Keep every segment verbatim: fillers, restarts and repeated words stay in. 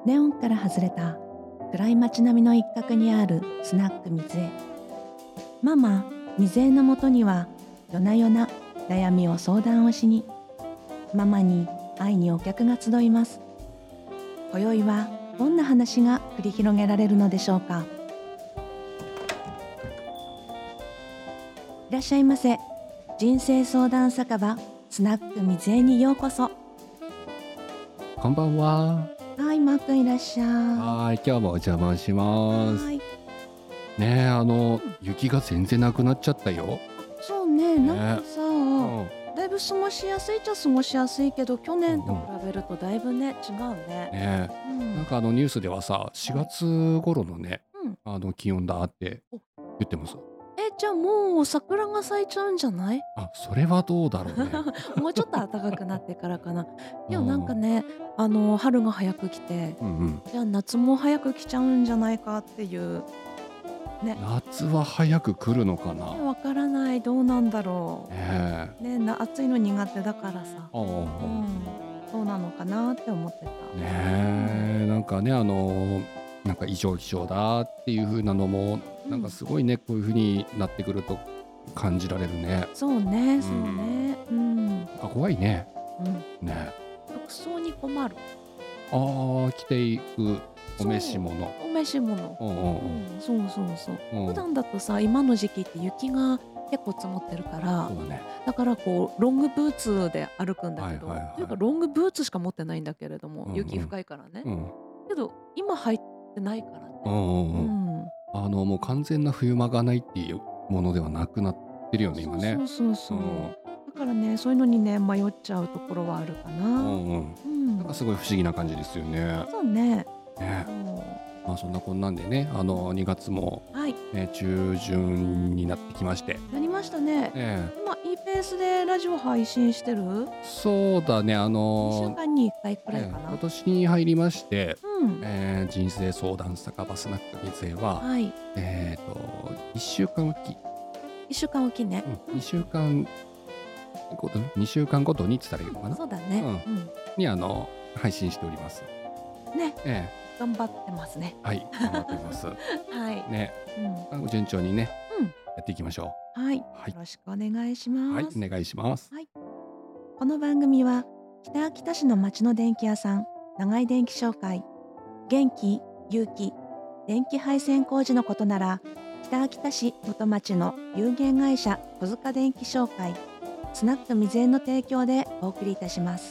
ネオンから外れた暗い街並みの一角にあるスナック水江。ママ水江のもとには夜な夜な悩みを相談をしに、ママに会いにお客が集います。今宵はどんな話が繰り広げられるのでしょうか。いらっしゃいませ。人生相談酒場スナック水江にようこそ。 こんばんは。 はい、マー君いらっしゃい。 はい、今日もお邪魔します。 はい。 ねえ、あの、雪が全然なくなっちゃったよ。 そうね、 ねなんかさ、 うん、 だいぶ過ごしやすいっちゃ過ごしやすいけど、去年と比べるとだいぶね、違うね。 ねうえ、なんん。 かあのニュースではさ、しがつ頃のね、 うん。 あの気温だってお言ってます。 え、じゃあもう桜が咲いちゃうんじゃない？ あ、それはどうだろうね。 もうちょっと暖かくなってからかな。 うでもなんかん、 ね、あの春が早く来て、 うんうん。 じゃあ夏も早く来ちゃうんじゃないかっていうね。 夏は早く来るのかな。 ね、わからない。どうなんだろねう。ね、な暑いの苦手だからさ。 え。ああ、 うん。そうなのかなって思ってた。 ねえ、なんかね、あの、なんか異常気象だっていう風なのも、 うん。 なんかすごいね、こういう風になってくると感じられるね。 そうね、 うそうんね。うん。 あ、怖いね。 うん。 ね。 服装に困る。 ああ、着ていくお召し物。 お召し物。 うんうんうん、そうそうそう。 うん。うん。 普段だとさ、今の時期って雪が結構積もってるからそうだね。 だからこうロングブーツで歩くんだけど、 はいはいはいというかロングブーツしか持ってないんだけれども、 うんうん雪深いからね。 うん。 けど今入ってないからね。 うんうんううん。 ん。 あの、もう完全な冬間がないっていうものではなくなってるよね、今ね。 そうそうそうそう。 うんだからね、そういうのにね、迷っちゃうところはあるかうな。 んうん。 うん。 なんかすごい不思議な感じですよね。 そうね。 ね。 そまあそんなこんなんでね、あのにがつも、 う。はい。 ね、中旬になってきまして。 なりましたね。 ええ、 今いいペースでラジオ配信してる？ そうだね、あにしゅうのかんにいっかいくらいええ、 かな。 今年に入りまして、 うん。 えー人生相談酒場スナック水江は、 はい。 えっと、いっしゅうかんおき、 いっしゅうかんおきね。 うん、にしゅうかんごと、にしゅうかんごとにって言ったらいいのかな、 そうだね。うん。 にあの、配信しております。 ね、 え頑張ってますね。 え、はい、頑張っております。 はい。 ね、 うん。 あの順調にね、 うん。 やっていきましょはい。 う。はい、 よろしくお願いしはい、 ます。 お願いします。 はい。この番組は北秋田市の町の電気屋さん、長井電気商会、元気、勇気、電気配線工事のことなら、北秋田市元町の有限会社小塚電気商会、スナック水江の提供でお送りいたします。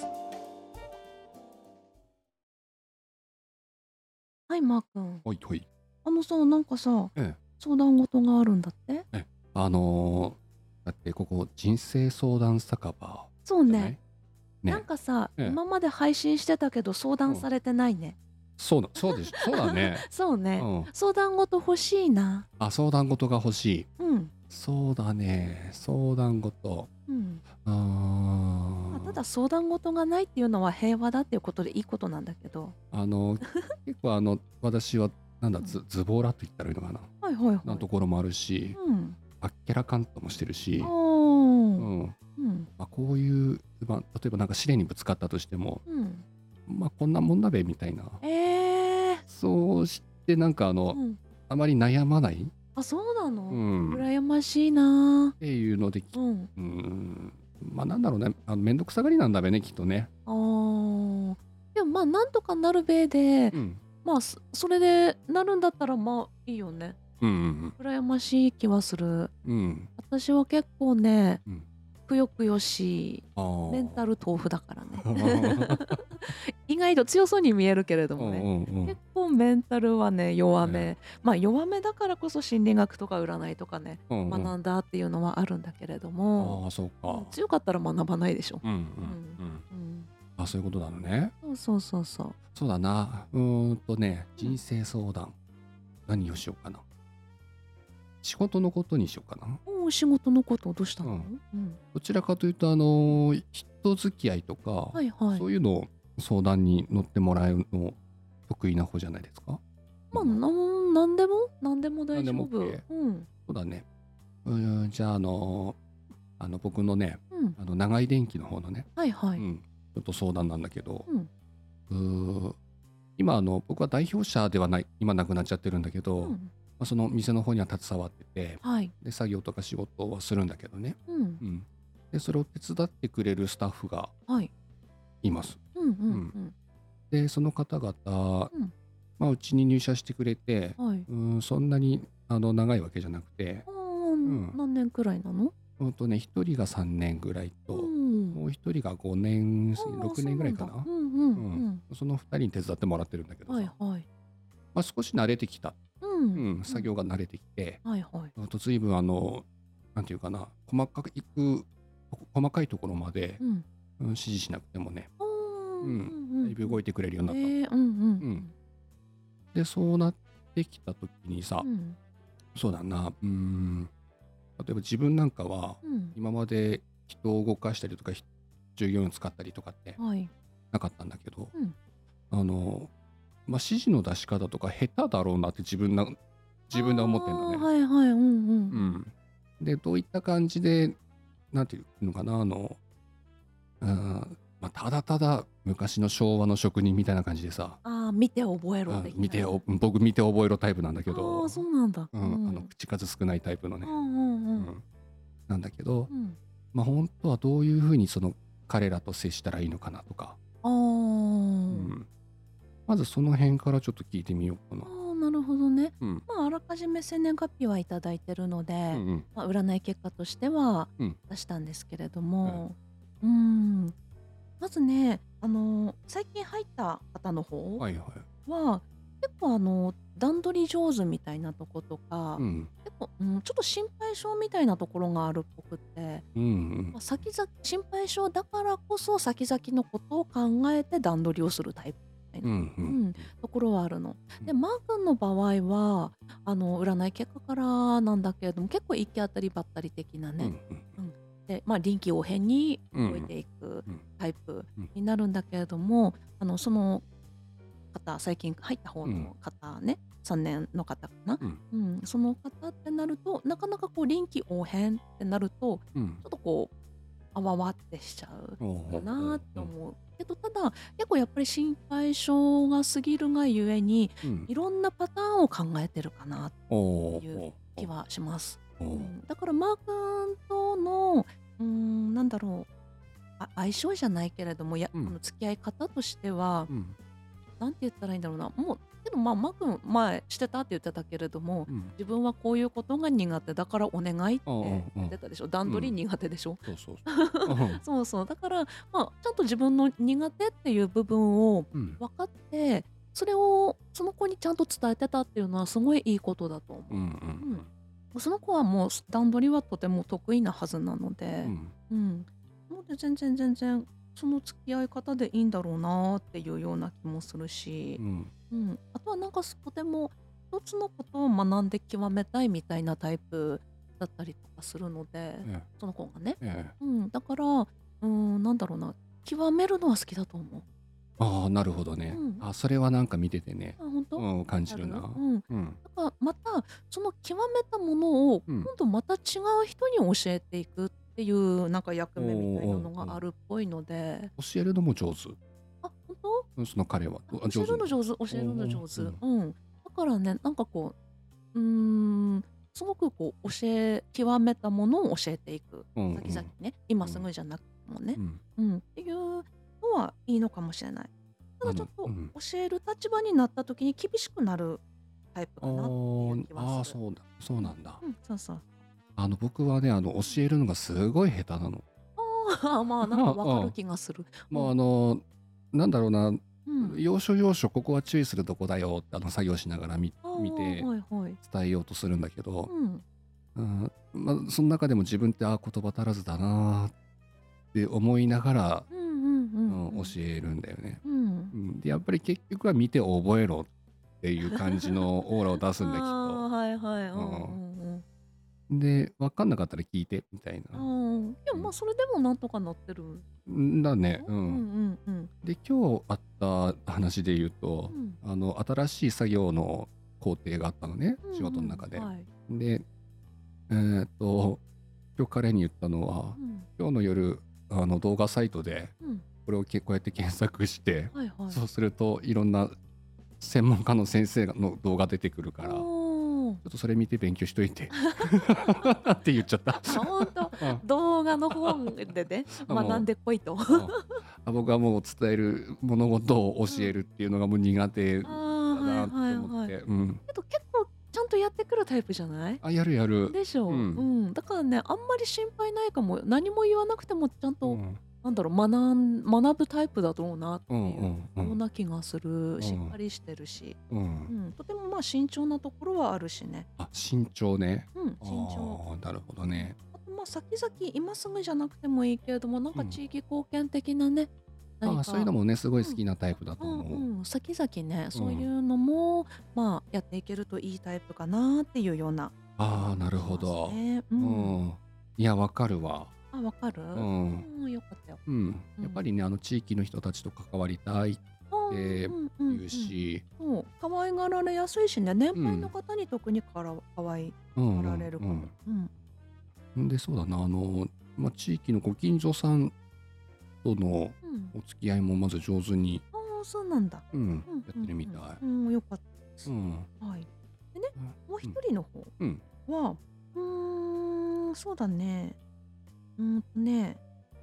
はい、マー君。 ほいほい。 あのさ、なんかさ、 ええ、 相談事があるんだって？ ええ、あのーだってここ人生相談酒場そうじゃないね。なんね。 かさ、 ええ、 今まで配信してたけど相うん、 談されてないね。 そうだ、そうでしそうだね。 そうね。 うん。 相談事欲しいな。 あ、相談事が欲しい。 うん。 そうだね。相談事。 うん。 うーまあ、たん。 だ相談事がないっていうのは平和だっていうことでいいことなんだけど。 あの、結構あの、私は、なんだ、 うん。 ズズボラと言ったらいいのかな。 はいはいなはい。 ところもあるし、 うん。 あっけらかんともしてるし、 あうあ。 ん。 うん。 まあ、こういう、まあ、例えばなんか試練にぶつかったとしても、 うん。 まあ、こんなもんだべみたいな。 ええ。 そうしてなんかあの、 うん。 あまり悩まない、 あ、そうなうの？ ん、っ羨ましいな。 ていうので、きうん。 うん、まあなんだろうね、あのめんどくさがりなんだべね、きっとね。 ああ。でもまあなんとかなるべで、 うん。 まあそそれでなるんだったらまあいいよね。 うんうん羨ましい気はする。 うん。うん。 私は結構ね、 うん。 くよくよしい、 ああ。 メンタル豆腐だからね。意外と強そうに見えるけれどうんもね。 うんうん。 結構メンタルはね、弱ね。 め。まあ弱めだからこそ心理学とか占いとかね、 うんうん。 学んだっていうのはあるんだけれども、 ああ、そううん、 か。 強かったら学ばないでしょ。 うんうんうん。 うん。 うん。 あ、そういうことなのね。 そうそうそうそう。 そうだな。うーんとね、 うん。 人生相談。何をしようかな。仕事のことにしようかな。 おお、仕事のことどうしたの？ うん。 うん。 どちらかというと、あの、人付き合いとか、 はいはい。 そういうのを相談に乗ってもらうの得意な方じゃないですか？ まあ、 ママ。 なんなんでもなんでも大何でも丈夫。 OK？ うん。 そうだね。うーん、じゃあ、あの、あの、僕のね、 うん。 あの、長井電機の方のね、 はいはい。 うん、ちょっと相談なんだけど、 うん。 うー今あの僕は代表者ではない、今亡くなっちゃってるんだけど、まん。 あ、その店の方には携わってて、 はい。 で作業とか仕事はするんだけどね、 うん。 うん、でそれを手伝ってくれるスタッフがはい。 います。 うんううん、 んうん。 でその方々、 うん。 まあ、うちに入社してくれて、 はい。 うん、そんなにあの長いわけじゃなくて、 ああ、 うん、 何年くらいなの？ ほんとね、ひとりがさんねんぐらいうと、 ん。 もうひとりがごねん、 ああ、 ろくねんぐらいかそうなんだ。 な。 うんうんうん、 うん。 そのふたりに手伝ってもらってるんだけどさ、 はいはい。 まあ、少し慣れてきた、 うん。 うん、 うん。 作業が慣れてきて、 はいはい。 あと随分あの、なんていうかな、細かくいく細かいところまで、 うん。 うん、指示しなくてもね、 ああ、うんうん、 うんうん。 だいぶ動いてくれるようになった。 ええ、うんうんううん。 ん。 で、そうなってきた時にさ、 うん。 そうだな、うーん、例えば自分なんかは、 うん。 今まで人を動かしたりとか、ひ従業員を使ったりとかってはい。 なかったんだけど、 うん。 あの、ま、指示の出し方とか下手だろうなって自分なあ自分で思ってんのあ、 ね。 はいはい。うんうんうん。 うん。で、どういった感じで、なんていうのかな、あの、うーん、ま、ただただ昔の昭和の職人みたいな感じでさ、 ああ、見て覚えうん、 ろ的な。 見てお僕見て覚えろタイプなんだけああ、 ど、 そうなんだ。 うん、あの、 うん。 口数少ないタイプのね、 うんうんうん。 うん、なんだけど、 うん。 ま、ほんとはどういう風にその彼らと接したらいいのかなとか、 ああ。 うん、まずその辺からちょっと聞いてみようかな。 ああ、なるほどね。 うん。 まあ、あらかじめ生年月日はいただいてるので、 うんうん。 まあ、占い結果としてはうん。 出したんですけれどうん。 も、うーん、まずね、あの、最近入った方の方はいはい。 は、結構あの、段取り上手みたいなとことか、 うん。 結構、うん、ちょっと心配性みたいなところがあるっぽくって、 うんうん。 まあ、先々心配性だからこそ先々のことを考えて段取りをするタイプみたいな、 うんうん。 うん、ところはあるの。で、 うん。 マー君の場合は、あの、占い結果からなんだけれども、結構行き当たりばったり的なね、 うんうん。 うん、で、まあ、臨機応変に動いうん。 ていくうん。 タイプうん。 になるんだけれども、あの、その方、最近入った方うん。 の方ね、さんねんの方かな。 うん。 うん、その方ってなると、なかなかこう臨機応変ってなると、 うん。 ちょっとこう、あわわってしちゃうほうほかうほう。 なってうん。 思う。けど、ただ、結構やっぱり心配性が過ぎるがゆえに、 うん。 いろんなパターンを考えてるかなっていうほうほうほう。 気はします。 ほう。 うん、だからマー君との、うーん、なんだろう、あ相性じゃないけれども、やうん。 あの付き合い方としては、 うん。 なんて言ったらいいんだろうな、もう、けど、まあ、マー君前してたって言ってたけれども、 うん。 自分はこういうことが苦手だからお願いっうんうてんうん。 言ってたでしょ。段取りうん。 苦手でしょ。 そうそうそう。うん。 そうそう。だから、まあ、ちゃんと自分の苦手っていう部分をうん。 分かって、それをその子にちゃんと伝えてたっていうのはすごいいいことだと思うんうんうう。うん。 ん。 その子はもう段取りはとても得意なはずなので、 うん。 うん。なので全然全然その付き合い方でいいんだろうなっていうような気もするし、 うん。 うん。あとはなんかとても一つのことを学んで極めたいみたいなタイプだったりとかするので、 えその子がね。 え。ええ。 うん。だから、うーん、なんだろうな、極めるのは好きだと思う。 ああ、なるほどね。 うん。 あ、それはなんか見ててね、 あ、本当？ うん、感じある？ るな。 うん。 うん。 だからまた、その極めたものをうん。 今度また違う人に教えていくっていうなんか役おお目みたいなおのがお。 あるっぽいので。 教えるのも上手？ あ、本当？ うん、その彼は。 あ、 あ、 教え上手なの？ るの上手、教おえるの上お、う手。 ん。 うん。だからね、なんかこう、うーん、すごくこう教え極めたものを教えていく。 うんうん。 先々ね、今うん。 すぐじゃなくてもね。 うん。 うん、っていうのはいいのかもしれない。たあのだちょっとうん。 教える立場になった時に厳しくなるタイプあかなっていう気あ、ああ、 はする。 そうだそううん。 なんだ。 うん、そうそう。 あの、僕はね、あの、教えるのがすごい下手なの。 ああ、まあ、なんかわかるうん。 気がする。うもう、あん。 の、なんだろうな、 うん。 要所要所ここは注意するとこだよって、あの、作業しながらみああ、 見てはいはい。 伝えようとするんだけど、 うん。 うん、ま、その中でも自分って、あ、言葉足らずだなって思いながら、 うんうんううん、教んうん。 えるんだよね。 うん。 うん、で、やっぱり結局は見て覚えろっていう感じのオーラを出すんだ、きっと。 ああ、はいはい。ううんうんうん。 ん。で、分かんなかったら聞いてみたいあな。 あ、いや、ま、 うん。 それでもなんとかなってるんだね、 でしょ？ うん。 うんうんうん。 で、今日あった話で言うと、 うん。 あの、新しい作業の工程があったのね、仕うんうん。 事の中で。 はい。 で、えっと、今日彼に言ったのは、 うん。 今日の夜、あの、動画サイトでうん。 これをけこうやって検索して、 はいはい。 そうするといろんな専門家の先生の動画出てくるからちょおーっとそれ見て勉強しといてって言っちゃった。 あ、本当うん動画の本でね、 あもう学んでこいと。 うんあ僕はもう伝える物事を教えるっていうのがもう苦手だああ、はいなってはい思って、 はい。 うん、 けど結構ちゃんとやってくるタイプじゃないあやるやる、 でしょう。 ううんん。だからね、あんまり心配ないかも。何も言わなくてもちゃんと、 うんなんだろう、学ん学ぶタイプだと思うなってうんいううんうんような気がする。 んしっかりしてるし。 ううんん。とてもまあ慎重なところはあるしね。 あ慎重ね。 うん、慎重。 ああなるほどね。 あとまあ先々今すぐじゃなくてもいいけれども、なんうんか地域貢献的なね、何あそういうのか、 もねすごい好きなタイプだとうん思う。 うん、先々ね、そういうのもまあやっていけるといいタイプかなっていうようなああなる気がしますほど。 ね。う。 うんんいやわかるわ。 あ、わかる？ ううんん、よかったよ。 うんやっぱりねあの地域の人たちと関わりたいってあーうんうんうんいうし、 そう、可愛がられやすいしね、年うん配の方に特にから可愛うんがられるかも。 うんうん。 うんでそうだなあのまあ地域のご近所さんとのうん。 お付き合いもまず上手に、 ああ、そうなんだ。 うん、 うんやってるみたい。 うんうん、よかったです。 うんはい。でね、 うんもう一人の方うんは、うーん、そうだね。うーんとね、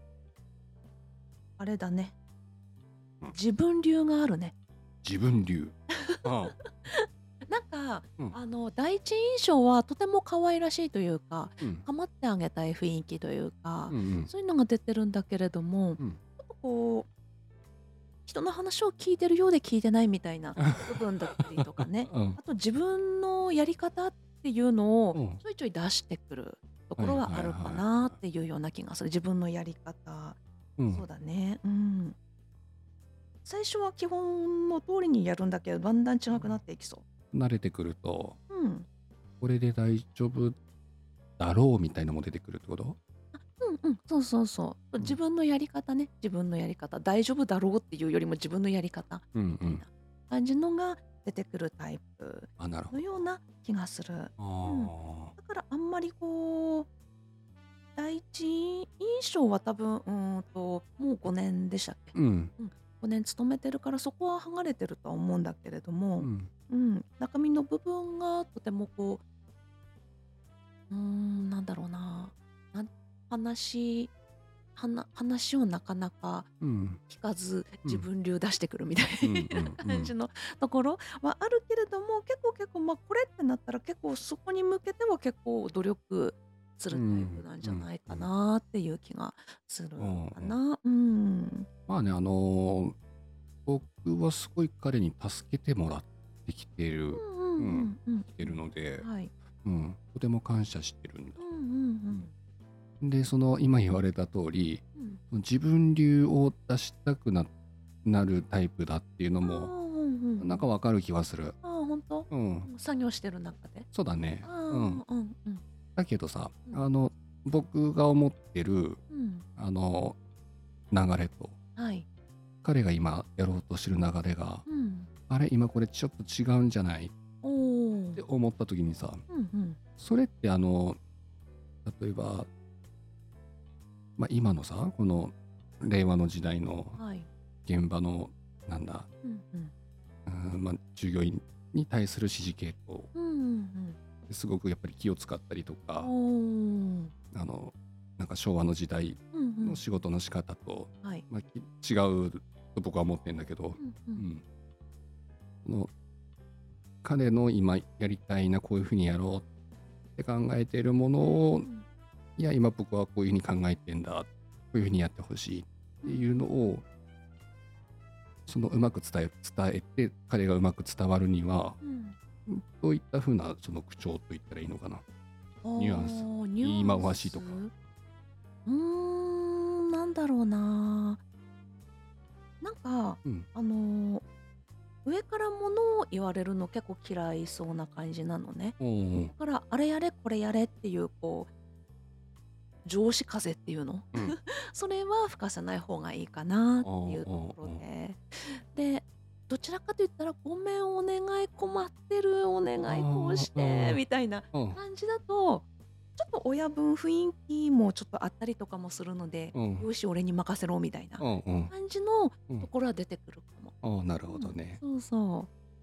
あれだね。 うん自分流があるね。 自分流。あなんか、 うんあの第一印象はとても可愛らしいというか、 うん構ってあげたい雰囲気というか、 うんうんそういうのが出てるんだけれども、 うんちょっとこう人の話を聞いてるようで聞いてないみたいな部分だったりとかね。 うんあと自分のやり方っていうのをうんちょいちょい出してくるところはあるかなっていうような気がする。自分のやり方。 うんそうだね。うん。最初は基本の通りにやるんだけど、だんだん違くなっていきそ慣れてくるとう。うん。 これで大丈夫だろうみたいなのも出てくるってこと？ うんうん。そうそうそう。 うん自分のやり方ね。自分のやり方。大丈夫だろうっていうよりも自分のやり方うんうんみたいな感じのが出てくるタイプあなるほど。 のような気がする。 ああだからあんまりこう第一印象は多分うーんともうごねんでしたっけ、 うんごねん勤めてるからそこは剥がれてるとは思うんだけれどうも、 んうん中身の部分がとてもこううーんなんだろうななん話話話をなかなかうん聞かずうん自分流出してくるみたいうんうんな感じのところはあるけれども、結構結構まあこれってなったら結構そこに向けては結構努力するタイプなんじゃないかなっていう気がするかな。うん。 まあねあのー僕はすごい彼に助けてもらってきてるうんうんうんうん。 きてるので、 はい。 うん、とても感謝してるんだ。 うんうんでその今言われた通りうん。 自分流を出したくななるタイプだっていうのうん。 もうんうん。 なんかわかる気はする。 ああ本当？ うん、 作業してる中で。 そうだね。 ああう、 うんんうんだけどさ、 うんあの僕が思ってるうん。 あの流れとはい。 彼が今やろうとしてる流れがうん。 あれ今これちょっと違うんじゃないっおお。 て思った時にさ、 うんうん。 それってあの例えば、まあ、今のさこの令和の時代のはい。 現場のなんだ、 うんうん。 うんまあ、従業員に対する指示系統うんうんすごくやっぱり気を使ったりとうん。 か、 おお。 あのなんか昭和の時代うんうんの。仕事の仕方と、 はい。 まあ、き違うと僕は思ってるんだけど、 うんう。 うんん、その彼の今やりたいなこういうふうにやろうって考えているものをうんいや今僕はこういうふうに考えてんだこういうふうにやってほしいっていうのをそのうまく伝え伝えて彼がうまく伝わるにはうん。 どういったふうなその口調と言ったらいいのかな。ニュアンスあー言い回しとか。 うーん、なんだろうな。なんか、 うんあのー上からものを言われるの結構嫌いそうな感じなのね。 おーだから、あれやれ、これやれっていう、こう、上司風っていうの、 うんそれは吹かせない方がいいかなっていうところで。で、どちらかといったら、ごめん、お願い、困ってる、お願い、こうしあーて、みたいなうん感じだと、ちょっと親分雰囲気もちょっとあったりとかもするので、 うんよし、俺に任せろみたいなうんうん感じのうんところは出てくるかも。 ああなるほどね。 そうそう。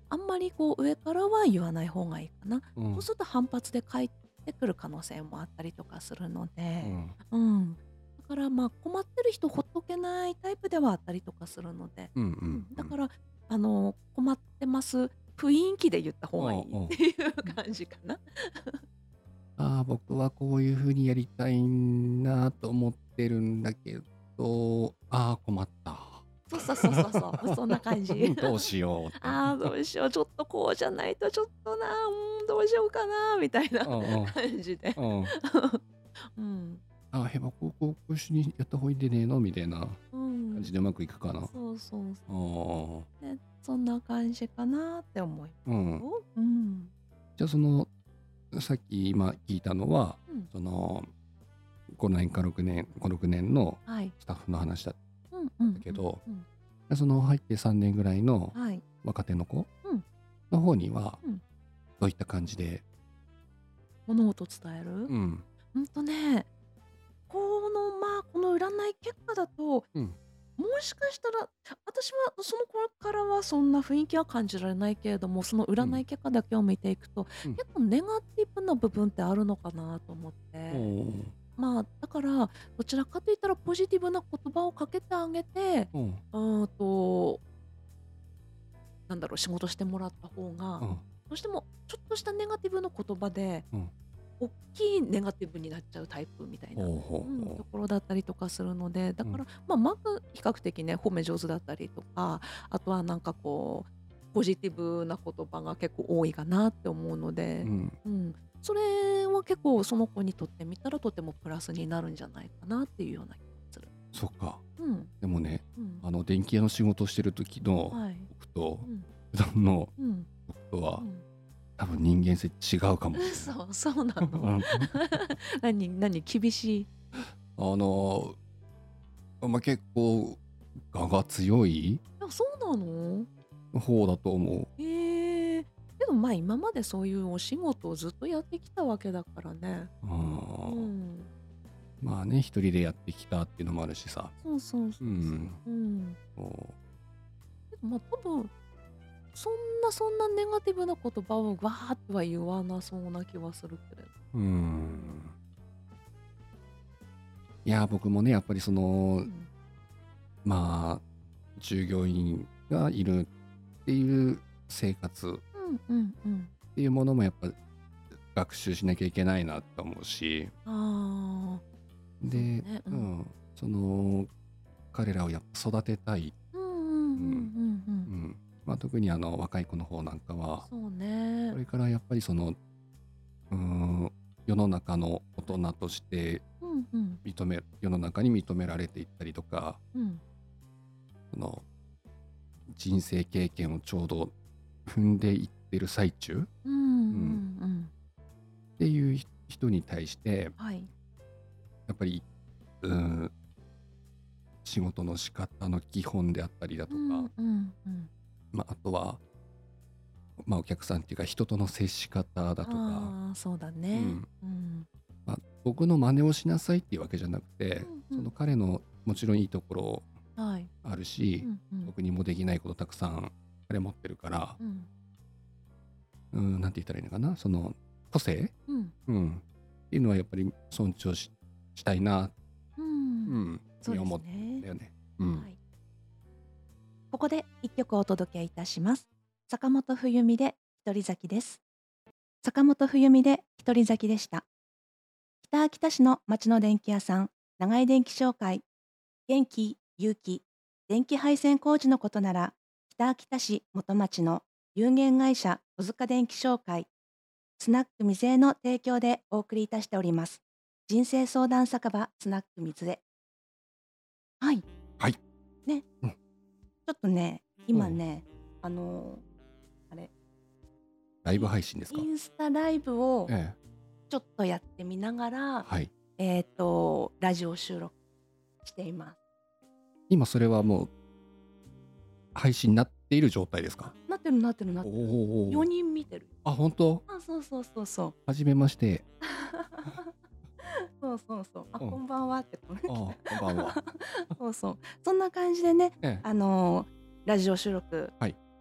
あんまりこう上からは言わない方がいいかな。 う。 そうんすると反発で返ってくる可能性もあったりとかするのうで、 ん。 うん。だからまあ困ってる人ほっとけないタイプではあったりとかするので、 うんううん、 んうん。 だからあの困ってます雰囲気で言った方がいいうんうん。 っていう感じかな。 ああ、僕はこういう風にやりたいなと思ってるんだけど、ああ、困った。 そうそうそうそうそう、そんな感じ。 どうしようって。 ああ、どうしよう、ちょっとこうじゃないとちょっとな、うーん、どうしようかなみたいなうんうん。 感じで。 うん。 うん。 ああ、へばこうこうこうしにやった方がいいんでねえのみたいなうん。 感じでうまくいくかな。 そうそうあそあ。 う。ね、そんな感じかなって思いうん。 よ。うん。 じゃあその、さっき今聞いたのは、 うん。 そのごねんかろくねん、ご、ろくねんのはい。 スタッフの話だっうんうんうんたけど、 うん。 その入ってさんねんぐらいのはい。 若手の子うんの方には、 うん。 どういった感じで、 物事伝える？ うん、 うんとね、この、まあ、この占い結果だと、 うん、 もしかしたら、私はその頃からはそんな雰囲気は感じられないけれども、そのうん、 占い結果だけを見ていくと、 うん、 結構ネガティブな部分ってあるのかなと思っおて。 ー、 まあ、だから、どちらかと言ったらポジティブな言葉をかけてあげて、 うん、 うーんと、なんだろう、仕事してもらった方が、 うん、 どうしてもちょっとしたネガティブな言葉で、 うん、 大きいネガティブになっちゃうタイプみたいな、 ほうほうん、 うほところだったりとかするので、だう、うん、 から、まあ、まず比較的ね、褒め上手だったりとか、あとはなんかこう、ポジティブな言葉が結構多いかなって思うので、 うん、 うん、それは結構その子にとってみたらとてもプラスになるんじゃないかなっていうような気がする。 そっか。 うん、 でもね、 うん、 あの電気屋の仕事してる時のはい。 僕と、 うん、 普段のうん、 僕とは、 うん。 多分人間性違うかもしれない。 嘘、そうなうの？ ん。 何何厳しい？ あの、まあ、結構我が強いあ、そうなの？ 方だと思う。 へえ。でも、ま、今までそういうお仕事をずっとやってきたわけだからね。 あうあ、 ん。 まあね、一人でやってきたっていうのもあるしさ。 そうそうそうそう。 うん。 うん。 そでも、ま、多分、そんなそんなネガティブな言葉をわーっては言わなそうな気はするけれど。 う。うん。いや、僕もね、やっぱりその、 うん。 まあ、従業員がいるっていう生活っうんうんうん。 ていうものもやっぱ学習しなきゃいけないなと思うし、 ああ、そうで、 ね。うん。 うん、その彼らをやっぱ育てたい。 うんうんうんうんううん、うん。 ん。まあ、特にあの若い子の方なんかは、 そうね。 これからやっぱりその、うーん、世の中の大人としてうんうん。 認め世の中に認められていったりとか、 うん。 その人生経験をちょうど踏んでいってる最中、 うんうんううん、 ん。 っていうひ人に対してはい。 やっぱり、うーん、仕事の仕方の基本であったりだとか、 うんうんうん。 まあ、あとは、まあ、お客さんっていうか人との接し方だとか、 ああ、そうだね。 うん、 うん。 まあ、僕の真似をしなさいっていうわけじゃなくて、 うんうん。 その彼のもちろんいいところはい。 あるうし、 んうん。 僕にもできないことたくさん彼持ってるから、 うん。 うん、なんて言ったらいいのかな、その個性、 うん。 うん、っていうのはやっぱり尊重ししたいな、 ううん。 ん、 そうですに思ったんね。 だよね。うん。 はい。ここで一曲お届けいたします。坂本冬美で一人咲きです。坂本冬美で一人咲きでした。北秋田市の町の電気屋さん、長井電気商会、元気、勇気、電気配線工事のことなら、北秋田市元町の有限会社小塚電気商会、スナック水江の提供でお送りいたしております。人生相談酒場スナック水江。はい。 はい。 ね。 うん。 ちょっとね、 うん。 今ね、あのーあれ、 ライブイ配信ですか？ インスタライブをええ。 ちょっとやってみながら、 はい。 えっと、ラジオ収録しています。 今それはもう配信になっている状態ですか？ あ、なってるなってるなっおてる。よお。 にん見てる。 あ、本当？ あ、そうそうそうそう。 はじめまして。 そうそうそう。あ、 うん。 こんばんはってこれ来ああ、こんた。 ばんは。 そうそう。そんな感じでね、 ええ。 あの、ラジオ収録はい。 を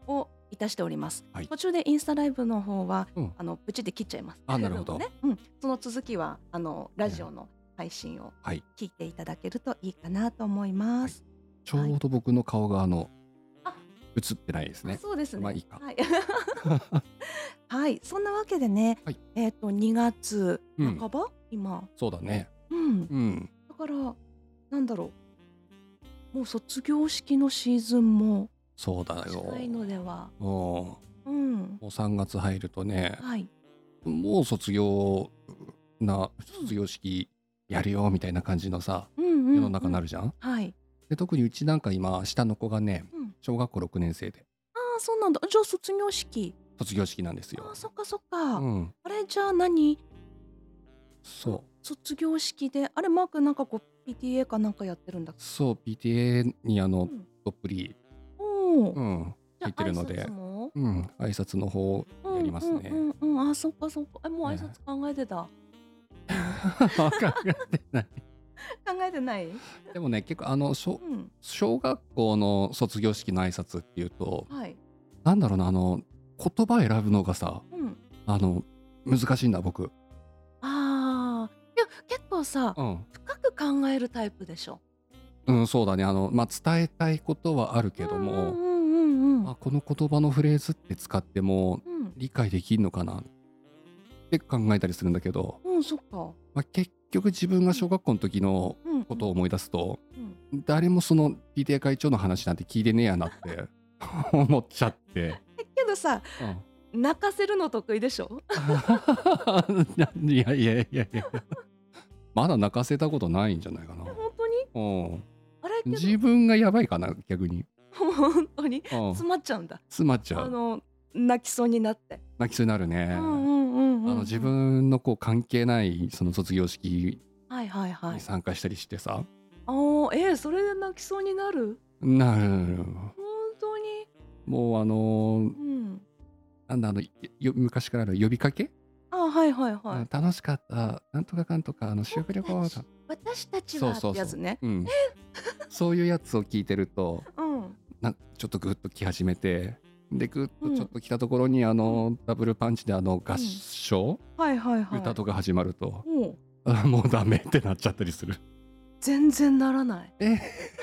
いたしております。 はい。 途中でインスタライブの方は、 うん。 あのプチで切っちゃいます。 あ、なるほど。 ね、うん、その続きはあのラジうん。 オの配信をはい。 聞いていただけるといいかなと思いまはい。 す。 ちはい。 ょうど僕の顔があのあ、 映ってないですあ、 ね。 そうですね。 まあいいか。 はい。はい、そんなわけでね、 はい。 えっとにがつうん。 半ば今。 そうだね。 うん。 うん。 だからなんだろう、もう卒業式のシーズンもそうだ近いのよ。 では。 もうん。 う、もうさんがつ入るとね、 はい。 もう卒業なうん。 卒業式やるよみたいな感じのさ、 うん世のうんうん。 中なるじゃん。 はい。 で、特にうちなんか今下の子がね、 うん。 小学校ろくねん生でああ、そうなんだ。じゃあ卒業式。 卒業式なんですああ、 よ。 そっかそっか。 うん。 あれ、じゃあ何？あ、 そう。 卒業式で、あれマークなんかこう ピーティーエー かなんかやってるんだっけ？ そう、ピーティーエー にあのうん。 どっぷり、 おお。 うん、入ってじゃあ挨るので、 拶も？ うん、挨拶の方やりうんうんますね。 うんうん。あ、そっかそっか。え、もう挨ね。 拶考えてた？ 考えてない。 考えてない？ でもね、結構あの、しょうん。 小学校の卒業式の挨拶っていうと、 はい。 なんだろうな、あの、言葉選ぶのがさ、 うん。 あの、難しいんだ、僕。 ああ、いや、結構さ、 うん。 深く考えるタイプでしょ？ うん、そうだね。あの、まあ、伝えたいことはあるけうんうども、 んうんうんうん。 あ、この言葉のフレーズって使ってもうん。 理解できんのかなって考えたりするんだけど、 うん、そっか。 まあ、結局自分がうん。 小学校の時のうんうん。 ことを思い出すと、 うん。 誰もその ピーティーエー 会長の話なんて聞いてねえやなって思っちゃって。 え、けどさ、 うん。 泣かせるの得意でしょ？ いやいやいやいや。まだ泣かせたことないんじゃないかな。 え、ほんとに？ うん。 あれ、けど自分がやばいかな、逆に。 ほんとにうん。 詰まっちゃうんだ。 詰まっちゃう。 あの、泣きそうになって。 泣きそうになるね。 うんうんうんうあの自んうん。 分のこう関係ないその卒業式はいはいはにい。 参加したりしてさ。 ああ、え、それで泣きそうになる？ なる。 ほんとに？ もうあの、 うん。 なんだあの、よ昔からある呼びかけ？ ああ、はいはいはい。 うん、楽しかった、なんとかかんとか、あの修学旅僕たち行とか。 私たちはっそうそうそてやつね。 う。うん。 え！ そういうやつを聞いてると、 うん。 なんちょっとグッとき始めて、で、グッとちょっうん。 と来たところにあうん。 のダブルパンチであの合うん。 唱？ はいはいはい。 歌とか始まると、 おお。 あ、もうダメってなっちゃったりする。 全然ならない。 え。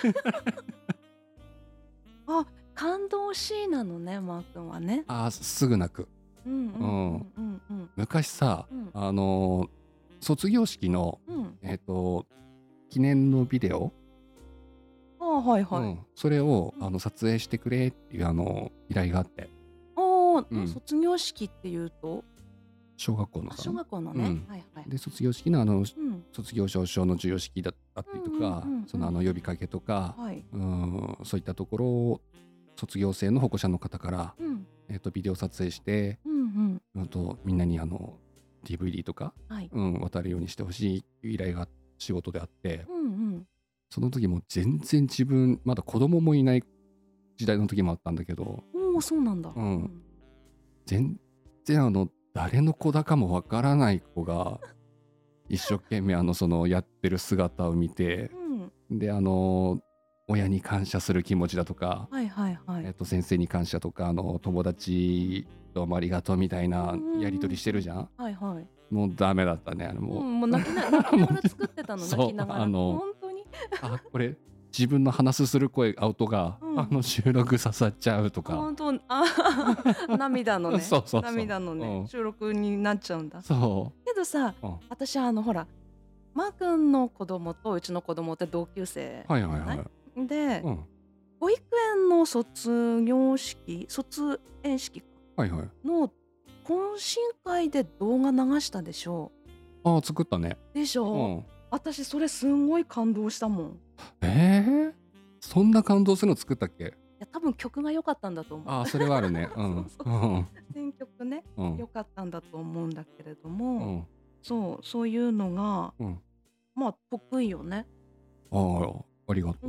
あ、感動しいなのね、マー君はね。 ああ、すぐ泣く。 うんうんううん。 んうんうん。 昔さ、 うん。 あの、卒業式の、 うん。 えっと、記念のビデオ？ ああ、はいはい。 うん、それをうん。 あの撮影してくれっていうあの依頼があって。 ああ、ん、 うん。 卒業式っていうと？ 小学校のあ、 さ。 小学校のね。 うん。 はいはい。 で、卒業式のあの、 うん。 卒業証書の授与式だあったりとうんうんうか、そのあんうん。 の呼びかけとか、 はい。 うーん、そういったところを卒業生の保護者の方から、 うん。 えっとビデオ撮影して、 うんうん。 うんとみんなにあの ディーブイディー とか、 はい。 うん、渡るようにしてほしいっていう依頼が仕事であって、 うんうん。 その時も全然自分まだ子供もいない時代の時もあったんだけど、 おお、そうなんだ。 ううん。 全然あの誰の子だかもわからない子が一生懸命あのそのやってる姿を見て、 うん。 であの親に感謝する気持ちだとか、 はいはいはい。 えっと先生に感謝とか、あの友達どうもありがとうみたいなうんうんやり取りしてうんうん。 るじゃん。 はいはい。 もうダメだったね、あれもうん、もう泣きな泣きう。もながら作ってたの？泣そう、 きながら。 あの、 ほんとに？ あ、これ自分の話すする声、音がうん。 あの収録刺さっちゃうとか。 ほんと、あ、涙のね、 そうそうそう。 涙のね、 うん。 収録になっちゃうんだ。 そけどさ、 う。うん。 私あのほら、マー君の子供とうちの子供って同級生はいはいじゃない？ はい。 で、 うん。 保育園の卒業式卒園式かはいはい。 の懇親会で動画流したでしょ？ ああ、作ったね。 でしょ？ うん。 私それすんごい感動したもん。 ええ、そんな感動するの作ったっけ？ いや、多分曲が良かったんだと思う。 ああ、それはあるね。うそうん。 そうそう。 うん。 選曲ね、 うん。 良かったんだと思うんだけれども、 うん。 そう、そういうのが、 うん。 まあ、得意よね。 ああ、ありがとう。 うん、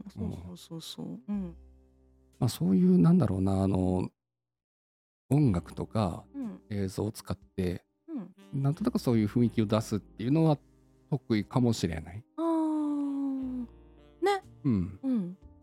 うん。 そうそうそうそう。うん。 ま、そういうなんだろうな、あの、音楽とかうん。 映像を使って、 うん。 なんとなくそういう雰囲気を出すっていうのは得意かもしれない。 ああ。ね。 うん。 うん。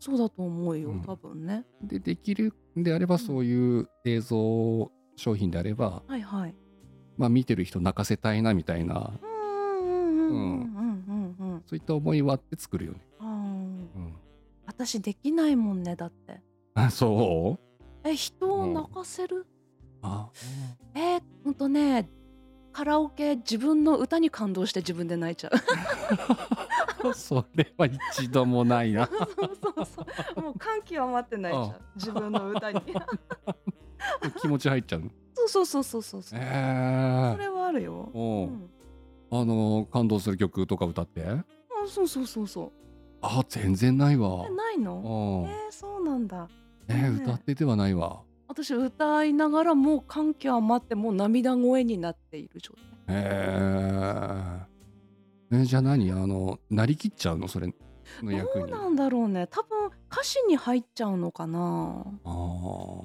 そうだと思うよ、 うん多分ね。 でできるんであれば、 うんそういう映像商品であれば、 はいはい。 まあ、見てる人泣かせたいなみたいな、 うんうんうんうんうん、 うんうんうん。 そういった思いはあって作るよね。 あーうん、 私できないもんね、だって。 あ、そう？ え、人をうん、 泣かせる？ あ、 えー、ほんとね、カラオケ自分の歌に感動して自分で泣いちゃう。 それは一度もないな。 そうそうそう。もう感極まって泣いちゃう。自分の歌に。 気持ち入っちゃうの。 そうそうそうそうそう。 ええそれはあるよ。 おううん。 あの感動する曲とか歌って？ あ、そうそうそうそう。 あ、全然ないわ。 え、ないの？ うん。 えー、そうなんだ。 えー、歌っててはないわ。 私歌いながらもう感極まってもう涙声になっている状態。 へえ。え、じゃあ何あの、なりきっちゃうのそれのど役に。 うなんだろうね。多分歌詞に入っちゃうのかな。 ああ、 うん。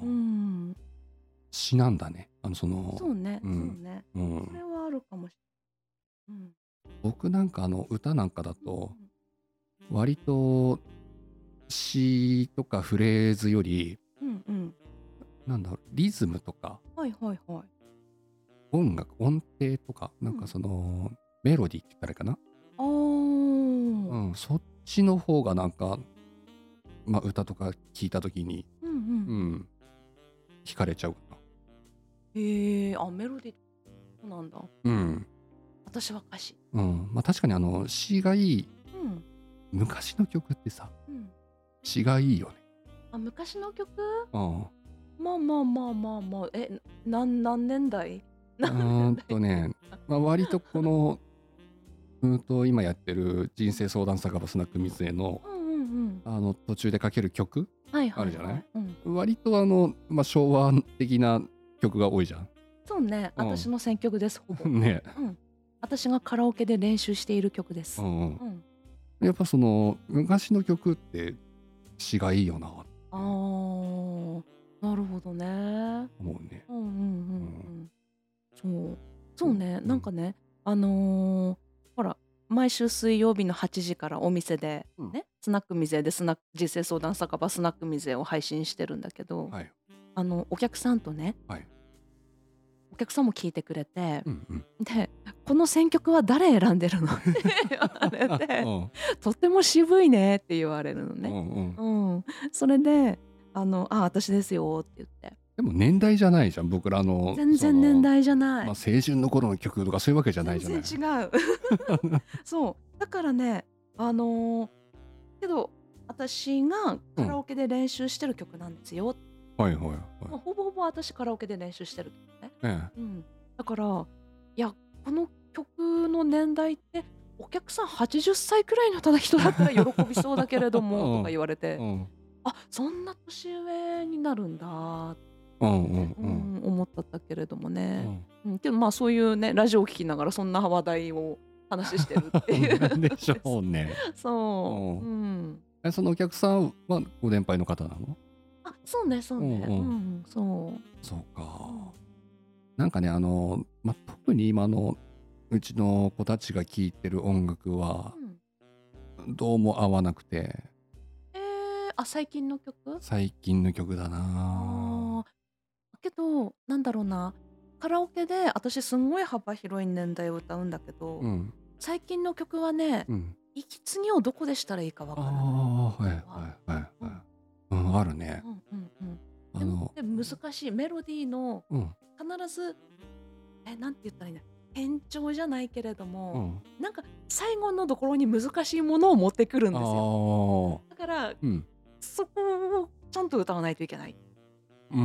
詩なんだね。あの、その、 そうね、 うん、 そうね。 うそれん。 はあるかもしれない。うん。 僕なんかあの、歌なんかだうんと、割と詩とかフレーズより、 うんうんうん。 なんだろう、リズムとか、 はいはいはい。 音楽、音程とか、なんかうん。 その、メロディーって言ったらいいかな。 ああ。 うん、そっちの方がなんか、まあ、歌とか聞いた時に、 うんうん。 うん、惹かれちゃうかな。 へえ、あ、メロディーそうなんだ。 うん。 私は歌詞。 うん。まあ、確かにあの、詩がいい、 うん。 昔の曲ってさ、 うん。 詩がいいよね。 あ、昔の曲？ うん。 まあまあまあまあまあ、え、なん何年代？ う何ーん年代？ とね、まあ、割とこの、うんと、今やってる人生相談酒場スナック水江の、 うんうんうん。 あの、途中でかける曲はいはいあるじゃない？ はい。うん。 割とあの、まあ、昭和的な曲が多いじゃん。 そうね、 うん。 私の選曲です、ほぼ。 ね。 うん。私がカラオケで練習している曲です。 うんうん。 うん。 やっぱその、昔の曲って詩がいいよなってああ、なるほどね。 思うね。 うんうんううん。 んうん。そう。そううね、なんん。 かね、あの、ほら、毎週水曜日のはちじからお店で、 うん。 ね、スナックミゼでスナック人生相談酒場スナックミゼを配信してるんだけど、 はい。 あの、お客さんとね、 はい。 お客さんも聞いてくれて、 うんうん。 で、「この選曲は誰選んでるの？」って言われあ、うて、 ん。 「とっても渋いね」って言われるのうね。 んうん。 うん。それで、あの、「あ、私ですよ」って言って。 でも年代じゃないじゃん。僕らの全然年その、 代じゃなま、 い。 青春の頃の曲とかそういうわけじゃない全じゃない。 然違う。そう。だからね、あの、けど、私がうん。 カラオケで練習してる曲なんですよ。 はいはいはい。 まあ、ほぼほぼ私カラオケで練習してる曲ね。 ええ。 うん。だから、いや、この曲の年代って、お客さんはちじゅっさいくらいのただ人だったら喜びそうだけれどもとか言われて、 うん。うん。 あ、そんな年上になるんだっうんうて、うんうん。 ん、思ったったけれどもね。 うん。 うん、けど、まあ、そういうね、ラジオを聞きながらそんな話題を話してるっていうなんでしです。 ょうね。うそう。うん。 ん。 え、そのお客さんはご年配の方なの？ あ、そうねそうね。 うんうん。 うん、そう。 そうか。 うん。 なんかね、あの、ま、特に今のうちの子たちが聴いてる音楽は、 うん。 どうも合わなくて、 ええ、あ、最近の曲？ 最近の曲だな。 ああ。けど、なんだろうな、カラオケで私すんごい幅広い年代を歌うんだけど、 うん。 最近の曲はね、 うん。 息継ぎをどこでしたらいいかわあからない。 あ、はいはいは。 はいうん。 はい。うん、あるね。 うんうんうん。でも、 あので、難しいメロディーのうん、 必ず、え、なんて言ったらいいんだ、転調じゃないけれども、 うん。 なんか最後のところに難しいものを持ってくるんあですよ。 あ、 だから、 うん。 そこをちゃんと歌わないといけないうんうん。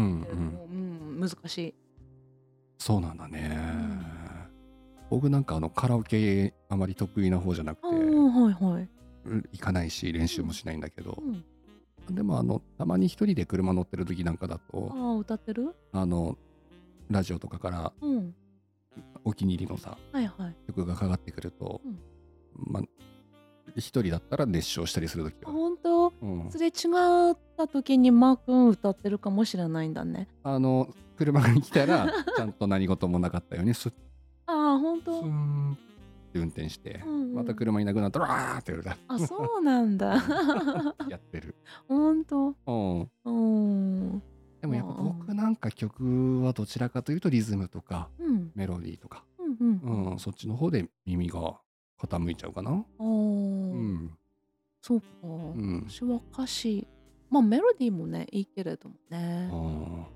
けれども、うん、難しい。 そうなんだね。 うん。 僕なんかあのカラオケあまり得意な方じゃなくああ、 て、 はいはい。 うん、行かないし、練うん、 習もしないんだけど、 うん。 でもあの、たまに一人で車乗ってる時なんかだと、 ああ、歌ってる？ あの、ラジオとかからうん。 お気に入りのさ、 はいはい。 曲がかかってくると、 うん。 ま、一人だったら熱唱したりする時あ、 は、 ほんと？ うん。 すれ違った時にマー君歌ってるかもしれないんだね。 あの、車が来たら、ちゃんと何事もなかったように、スッああ、ほんスーと？ ンって運転して、 うんうんまた車いなくなったらわーってやるだあ、そうなんだ。 やってる。 ほんと。 うんうーん。 でもやっぱまあ、うん僕なんか曲はどちらかというとリズムとかうん。 メロディーとか、 うんうんうん、 うん。 そっちの方で耳が傾いちゃうかな。 あうあ、 ん、 そうか。 うん、 私は歌詞、まあメロディーもね、いいけれどもあね。 ーうん。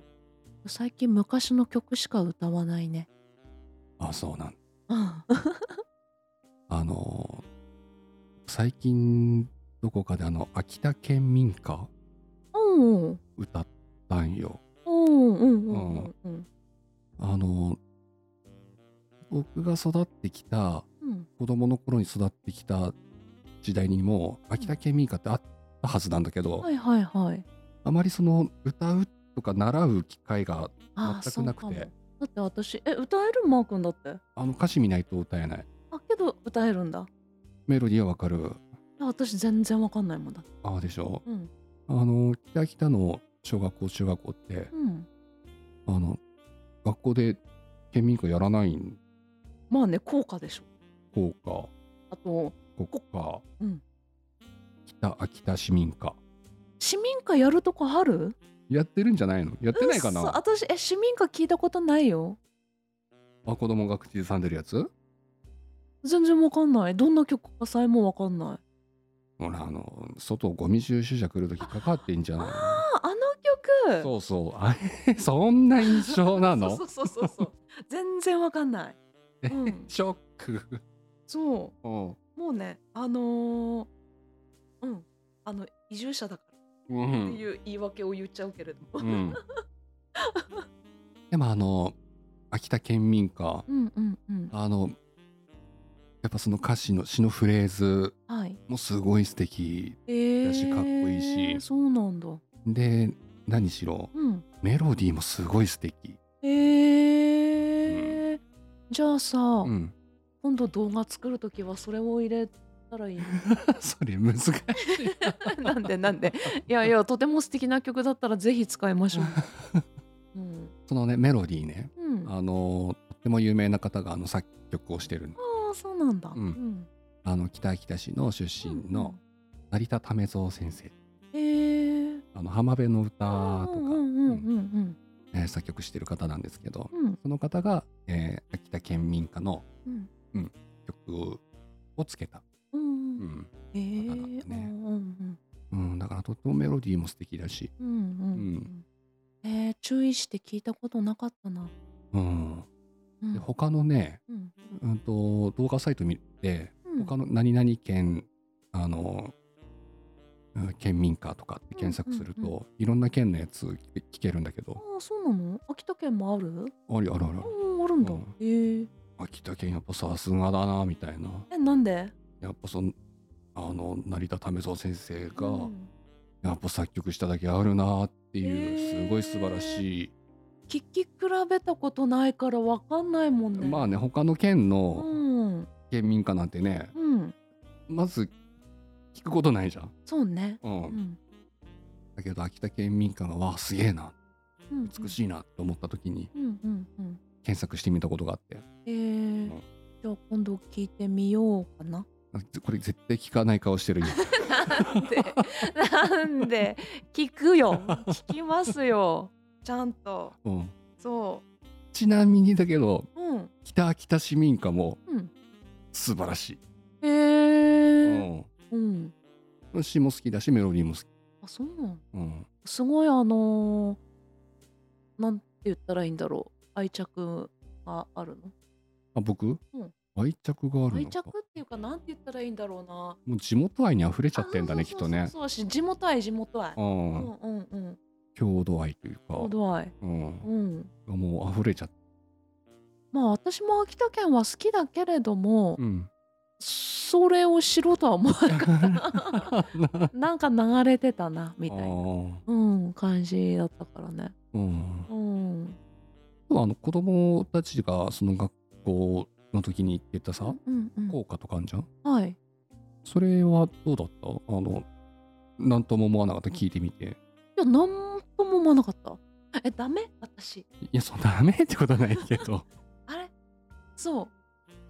最近昔の曲しか歌わないね。 あ、そうなん。 うん。 あのー最近どこかであの秋田県民歌うん。 歌ったんよ。 うんうんううんんうんあのー僕が育ってきたうん。 子供の頃に育ってきた時代にも秋田県民歌ってあったはずなんだけど、 はいはいはい。 あまりその歌うとか習う機会がああ、 全そうかも。 くなくて、 だって私、え、歌えるマー君だって。 あの歌詞見ないと歌えない。 あ、けど歌えるんだ。 メロディーはわかる。 いや私全然わかんないもんだ。 ああでしょ。 うん。 あの北北の小学校中学校ってうん。 あの学校で県民歌やらないん。 まあね、効果でしょ。 校歌、 あと、 国歌、 うん。 北秋田市民歌市民歌やるとこある？ やってるんじゃないの？やってないかうっそ、 な。 私、え、市民歌聞いたことないよ。 あ、子供が口ずさんでるやつ。 全然わかんない。どんな曲かさえもわかんない。 ほらあの外ゴミ収集車来るときかかってんじゃあないの。 あ、あの曲。 そうそうあれそんな印象なの？ そうそうそうそう。全然わかんない。うん。 ショック。 そうんう。もうね、あのーうん。あの、移住者だからうってんいう言い訳を言っちゃうけれども。 うんでもあの秋田県民歌うんうんうん。 あのやっぱその歌詞の詩のフレーズはい。 もすごい素敵えだしかっこいいしー、そうなんだ。 で何しろうん。 メロディーもすごい素敵。 えー、じゃあさ、 うん今度動画作るときはそれを入れたらいいの？ それ難しいなんでなんでいやいや、とても素敵な曲だったらぜひ使いましょう。うん。 そのねメロディーねうん。ああのとっても有名な方があの作曲をしてるあ、そうなんだ。 うんん。 あの北秋田市の出身の成田為蔵先生、 えー。 あの浜辺の歌とか、 うんうんうんうんうんえー作曲してる方なんですけど、 うんその方が、えー秋田県民歌のうん曲をつけた、 うんううんんえー方なんだねうんうんうん、だからとってもメロディーも素敵だし、 うんうんうんえー、注意して聞いたことなかったな。 うん、 うんで他のね、 うんうん、と動画サイト見てうん他の何々県あのうん県民歌とかって検索すると、 うんうんいろんな県のやつ聞聞けるんだけど、 ああ、そうなの？秋田県もある？ ありあるあるうん、あるんだ。 うんえー、 秋田県やっぱさすがだなみたいな、 え、なんで？ やっぱそのあの成田為蔵先生が、 うんやっぱ作曲しただけあるなっていう、 へーすごい素晴らしい。 聞き比べたことないからわかんないもんね。 まあね他の県うのん県民歌なんてね、 うんまず聞くことないじゃん、 そうね。 うんうんだけど秋田県民歌がわあすげえなうん美しいなと思った時にうんうんうん検索してみたことがあって、 えーんじゃあ今度聞いてみようかな。 これ絶対聞かない顔してるよなんでなんで聞くよ聞きますよちゃんと。 うん、 そちなみにだけどううん北秋田市民歌もうん素晴らしい、 へえううんん、詩も好きだしメロディーも好き、 あそうなの。 うん、 すごいあのーなんて言ったらいいんだろう愛着があるの。 あ僕、 うん愛着があるのか。 愛着っていうかなんて言ったらいいんだろうな。 もう地元愛に溢れちゃってんだねあきっとね。 そうそうそうそうし地元愛地元愛。 ううんんうんうん郷土愛というか、 郷土愛。 うんうんもう溢れちゃって、 まあ私も秋田県は好きだけれども、 うん、 それをしろとは思わなかったなんか流れてたなみたいな、 あうん、感じだったからね。 ーうんうんあの子供たちがその学校の時に行ってたさ、 うんうん校歌とかあんじゃん。 はい。 それはどうだった？あのなんとも思わなかった？聞いてみて。 いやなんとも思わなかった。えダメ私。 いやそうダメってことはないけどあれそう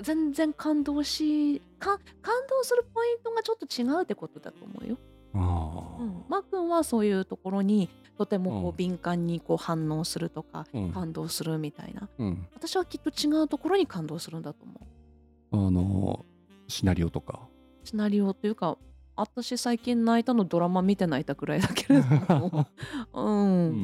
全然感動しか感動するポイントがちょっと違うってことだと思うよ。うん、 あマー君はそういうところにとてもあ、うこうん、 敏感にこう反応するとかうん、 感動するみたいな。 うん。 私はきっと違うところに感動するんだと思う。 あの、シナリオとか。 シナリオというか、私最近泣いたのドラマ見て泣いたくらいだけれども、うん、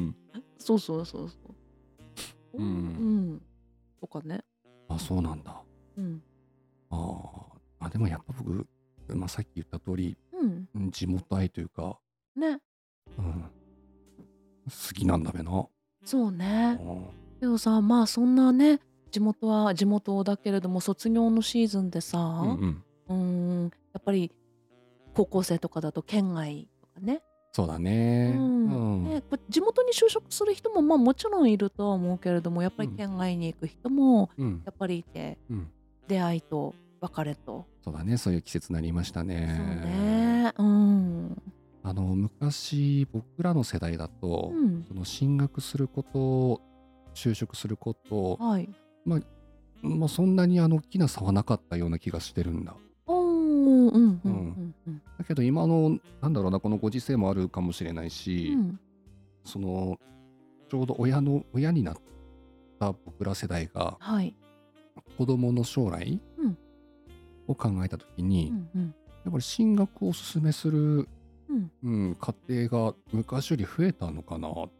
うん、 そうそうそうそう。ううん、うん。 ん、とかね。 あ、そうなんだ。 うん、 ああ、あ、でもやっぱ僕、まあ、さっき言った通り、 うん、 うん、地元愛というか、 ね、 うん、好きなんだべな。 そうね。 うん、 けどさ、まあそんなね、地元は地元だけれども、卒業のシーズンでさ、 うんうん。 うーん、やっぱり高校生とかだと県外とかね、 そうだうね。うん、 ん。 ね、こ地元に就職する人も、まあ、もちろんいるとは思うけれども、やっぱりうん。 県外に行く人もうん。 やっぱりいて、 うん。 出会いと別れと。 そうだね、そういう季節になりましたそうね。 ね、うん。 あの、昔、僕らの世代だと、 うん、 その進学すること、就職すること、 はい。 まあ、まあ、そんなにあの大きな差はなかったような気がしてるんだ。 おお、うんうんうん。 うんうん。 だけど今の、なんだろうな、このご時世もあるかもしれないし、 うん、 その、ちょうど親の、親になった僕ら世代が、 はい。 子供の将来うん、 を考えたときに、 うんうん、 やっぱり進学をお勧めする、 うん。 うん、家庭が昔より増えたのかなって、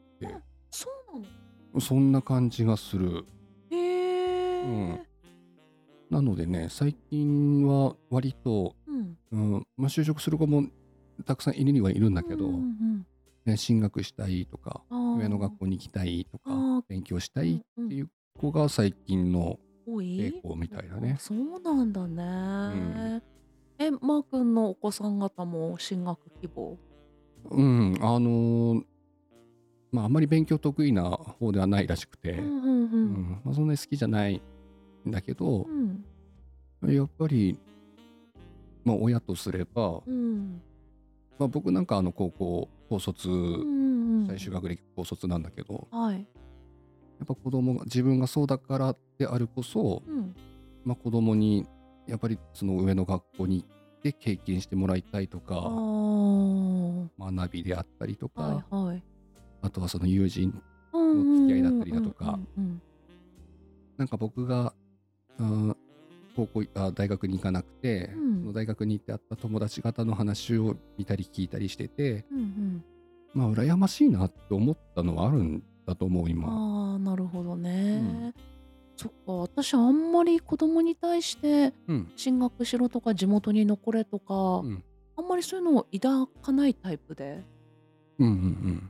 あ、そうなの？ そんな感じがする。 へうん。 え。 なのでね、最近は割と、 うん。 うん、まあ、就職する子もたくさんいるにはいるんだうんうんうけど、 ん。 ね、進学したいとか、 あ上の学あ、 校に行きたいとか、 ああ、 勉強したいっうんうん。 ていう子が最近の多い？ 傾向みたいだあ、 ね。 そうなんだうん。 ね。え、マー君のお子さん方も進学希望？ うん、あの、まあ、あんまり勉強得意な方ではないらしくて、 うんうんうん。 うん、まあ、そんなに好きじゃないんだけど、 うん。 やっぱり、まあ、親とすれば、 うん。 まあ、僕なんかあの高校、高卒、 うんうんうん。 最終学歴高卒なんだけど、 はい。 やっぱ子供が自分がそうだからであるこそ、 うん。 まあ、子供にやっぱりその上の学校に行って経験してもらいたいとあか、 あ。 学びであったりとはいか、 はい。 あとはその友人うんうの付き合いだっんうんうたりだとか、 んうんうん。 なんか僕が、うん、高校あ大学に行かなくて、 うん。 その大学に行って会った友達方の話を見たり聞いたりしてて、 うんうん。 まあ羨ましいなって思ったのはあるんだと思う今。 ああ、なるほどうん。 ね。そっか、私あんまり子供に対してうん。 進学しろとか地元に残れとか、 うん。 あんまりそういうのを抱かないタイプで。 うんうんうん。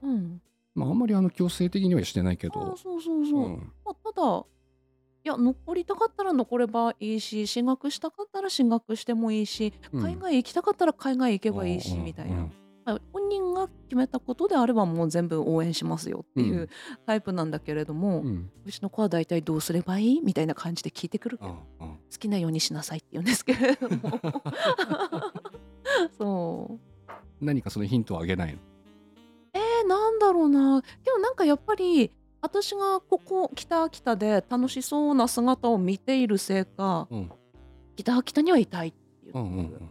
うん。 まああんまりあの強制的にはしてないけああ、 ど、 そうそうそう。 うん。 まあ、ただ、いや、残りたかったら残ればいいし、進学したかったら進学してもいいし、 うん。 海外行きたかったら海外行けうんうばいいしみたいな。 んまあ、本人が決めたことであればもう全部応援しますよっていううん。 タイプなんだけれども、 うん。 うちの子は大体どうすればいいみたいな感じで聞いてくるけど、 うんうん。 好きなようにしなさいって言うんですけれども。そう。 何かそのヒントをあげないの？ えー、なんだろうな。でもなんかやっぱり、私がここ北秋田で楽しそうな姿を見ているせいか、 うん。 北秋田にはいたいって言っうんうんうてる。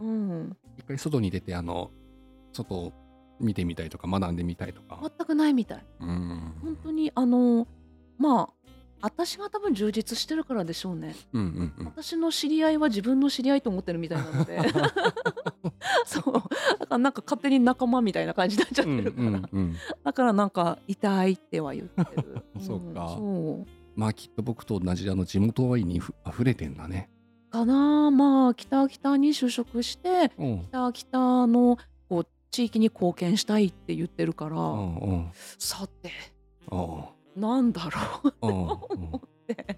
ん。 うん。 一回外に出てあの外を見てみたいとか学んでみたいとか。 全くないみたい。 うーん。 ほんとにあの、まあ、私が多分充実してるからでしょうね。 うんうんうん。 私の知り合いは自分の知り合いと思ってるみたいなので。そう。だからなんか勝手に仲間みたいな感じになっちゃっうんうてるから。 んうん。 だからなんか「痛い」っては言ってる。うそうん、 か。 そう。 まあきっと僕と同じあの地元愛にふ溢れてんだね。 かな、まあ、北秋田に就職して、 うん。 北秋田のこう地域に貢献したいって言ってるかうら、 んうん。 さて、 うんなんだろうってうんうん。 思って。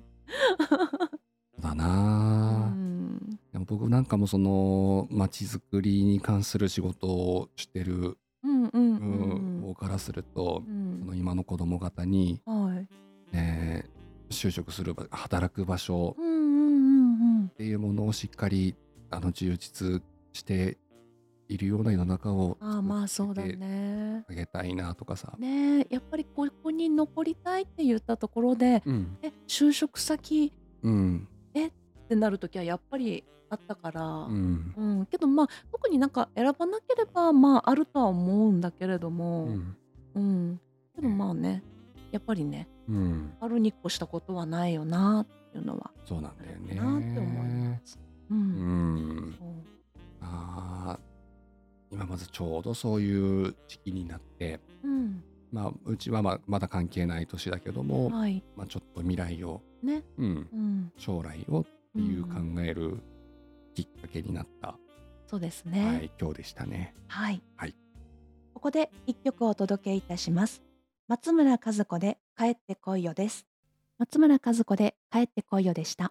そうだうな。 ん。 でも僕なんかもその街づくりに関する仕事をしてる、 うんうんううんうん、 ん。 方からすると、 うん。 その今の子供方に、 はい。 えー就職する場働く場所うんうんうんうん。 っていうものをしっかりあの充実しているような世の中をああ、 作っまあ、そうだてね。 あげたいなとかさ。 ねえ、やっぱりここに残りたいって言ったところで、 うん。 え、就職先、 うん。 え、 ってなる時はやっぱりあったから、 うん。 うん、けどまあ特になんか選ばなければまああるとは思うんだけれども、 うん。 うん、けどね。 まあね、やっぱりね、 うん。 あるに越したことはないよなっていうのはそうなんだよあるなって思いまね。 す。ううん、 ん。 そう。 ああ、今まずちょうどそういう時期になって、 うん、 まあ、うちはまあまだ関係ない年だけども、 はい、 まあ、ちょっと未来を、 ね、 うん、 うん、 将来をっていう考うん、 えるきっかけになった、 そうですね。 はい、今日でしたね。 はい。 はい。 ここで一曲お届けいたします。松村和子で帰ってこいよです。松村和子で帰ってこいよでした。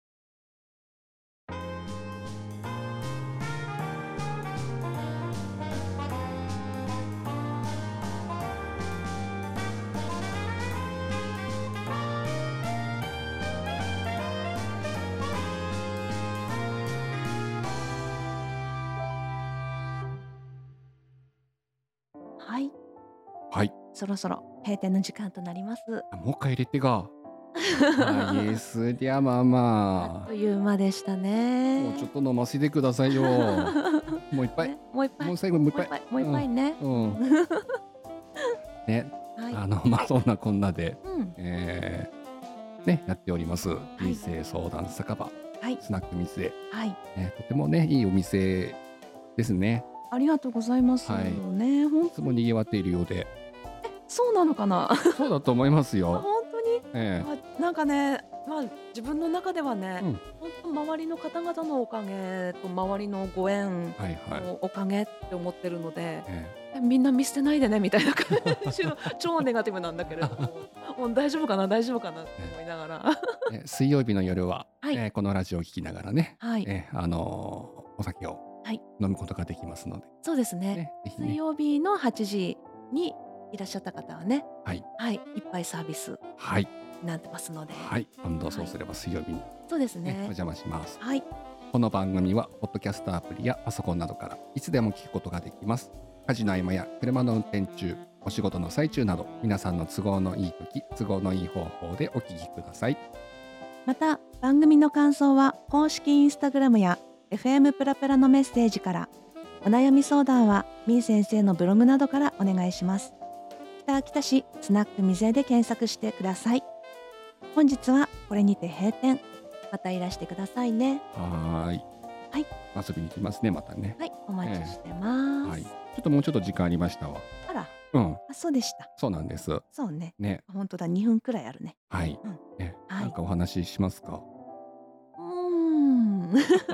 はい、 はい。 そろそろ閉店の時間となります。 あ、もう一回入れてが。はい、すりゃまああっまあ。 という間でしたね。 もうちょっと飲ませてくださいよ。もう一杯。 ね、もう一杯、 もう最後もう一杯。 もう一杯、もう一うん。 杯ね。 ううん。 ん。 ね。 はい。 あの、まあ、そんなこんなで、 うん。 えーね、やっております。 はい。 人生相談酒場、 はい。 スナックミツエ。 はい。 ね、とてもね、いいお店ですね。 ありがとうございます。 はい。 ね、ほんいつも賑わっているようで。 そうなのかな。 そうだと思いますあ、 よ。 ほんとに？ えあ、なんかね、まあ、自分の中ではね、 え。うん。 ほんと周りの方々のおかげと周りのご縁はいはい。 のおかげって思ってるので、 ええ、みんな見捨てないでねみたいな感じの超ネガティブなんだけれども、もう大丈夫かな大丈夫かなってえ。 思いながら。 ええ、水曜日の夜は、 はい、 ええ、このラジオを聴きながらね、 はい、 ええ、あの、お酒をはい、 飲むことができますので、 そうですね。 ね、ぜひ水ね。 曜日のはちじにいらっしゃった方はね、 はい。 はい、一杯サービスはい。 になってますので、 はい。今度はい、 そうすれば水曜日にそうですね、おね。 邪魔します。 はい、 この番組は、ポッドキャストアプリやパソコンなどからいつでも聞くことができます。家事の合間や車の運転中、お仕事の最中など、皆さんの都合のいい時、都合のいい方法でお聞きください。 また番組の感想は公式インスタグラムや エフエム プラプラのメッセージから、お悩み相談はみー先生のブログなどからお願いします。北秋田市スナック水江で検索してください。本日はこれにて閉店。またいらしてくださいね。 はーい。 はい、 遊びに来ますね、またね。 はい、お待ちしてえます。 はい。ちょっともうちょっと時間ありましたわ。 あら、 うん、 あ、そうでした。 そうなんです。 そうね。 ね。 本当だ、にふんくらいあるね。 はい。 うん。 ね、 はい。 なんかお話ししますか？ うーん。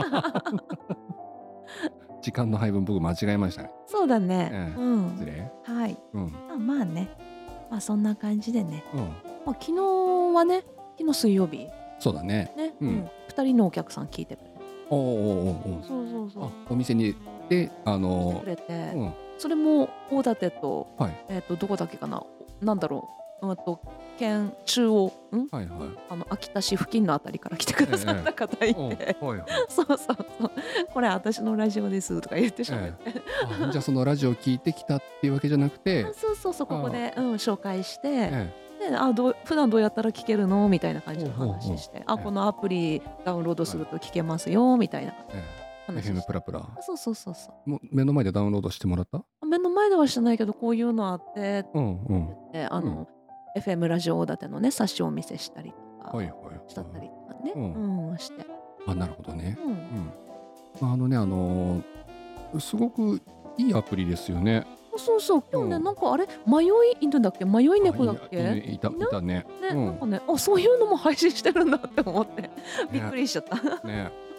時間の配分僕間違えましたね。 そうだね。 ええ、 うん。 失礼。 はい。 うん。 あ、まあね。まあそんな感じでね。 うん。 まあ、昨日はね、昨日水曜日そうだね。 ね、 ううんん、ふたりのお客さん聞いてくれて。 おおおおおそうそうそあ、 う。 お店にで、あ来てのくれて、 うん、 それも大館と、 はい。 えっとどこだっけかな、なんだろう、うんと県中央、ん、 はいはい。 あの秋田市付近のあたりから来てくださった方いうん、はいて、 はい。 そうそうそう、これ私のラジオですとか言って喋って、 あ、じゃあそのラジオを聞いてきたっていうわけじゃなくて、 あ、そうそうそう、ここで、うん、紹介して、 えで、あ、どう普段どうやったら聞けるのみたいな感じのほうほうほう話して、あ、 ええこのアプリダウンロードすると聞けますよみたいなえ、ええ。 話エフエム プラプラ。 あ、そうそうそうそう。 もう目の前でダウンロードしてもらった？ 目の前ではしてないけど、こういうのあってってうんうん。 言って、あうん。 の、エフエム ラジオ大館のね、冊子をお見せしたりとかはいはいしちゃったりとかね、 うん。 うん、して。 あ、なるほどね。 うん。 うん。まあ、あのね、あの、すごくいいアプリですよね。 そうそう、今日ね、 うん。 なんかあれ、迷い犬だっけ、迷いあ、い猫だっけ？ や、いいたい犬？ たね。 ね、 うん。 なんかね、あ、そういうのも配信してるんだって思って、びっね、 くりしちゃった。 ね。 うん。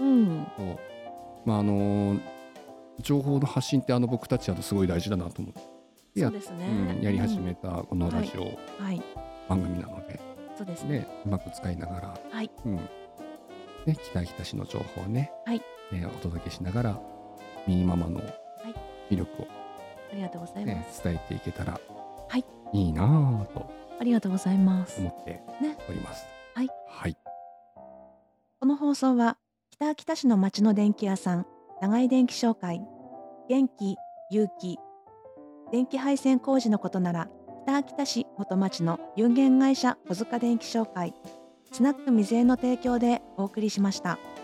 そう。まあ、あの、情報の発信ってあの僕たちはすごい大事だなと思って、やそうですうね。 ん、やり始うん。 めたこのラはい。 ジオはい。 番組なので、 そうですね。 ね、うまく使いながら、 はい。 うん、ね、北秋田市の情報をね、 はい。 ね、お届けしながら、ミーママのはい。 魅力をありがとうございまね、 す。 伝えていけたらはい。 いいなぁとありがとうございます。 思ってね。 おります。 はい。 はい。 この放送は北秋田市の町の電気屋さん長井電気商会、元気有機電気配線工事のことなら北秋田市元町の有限会社小塚電気商会、 スナック水江の提供でお送りしました。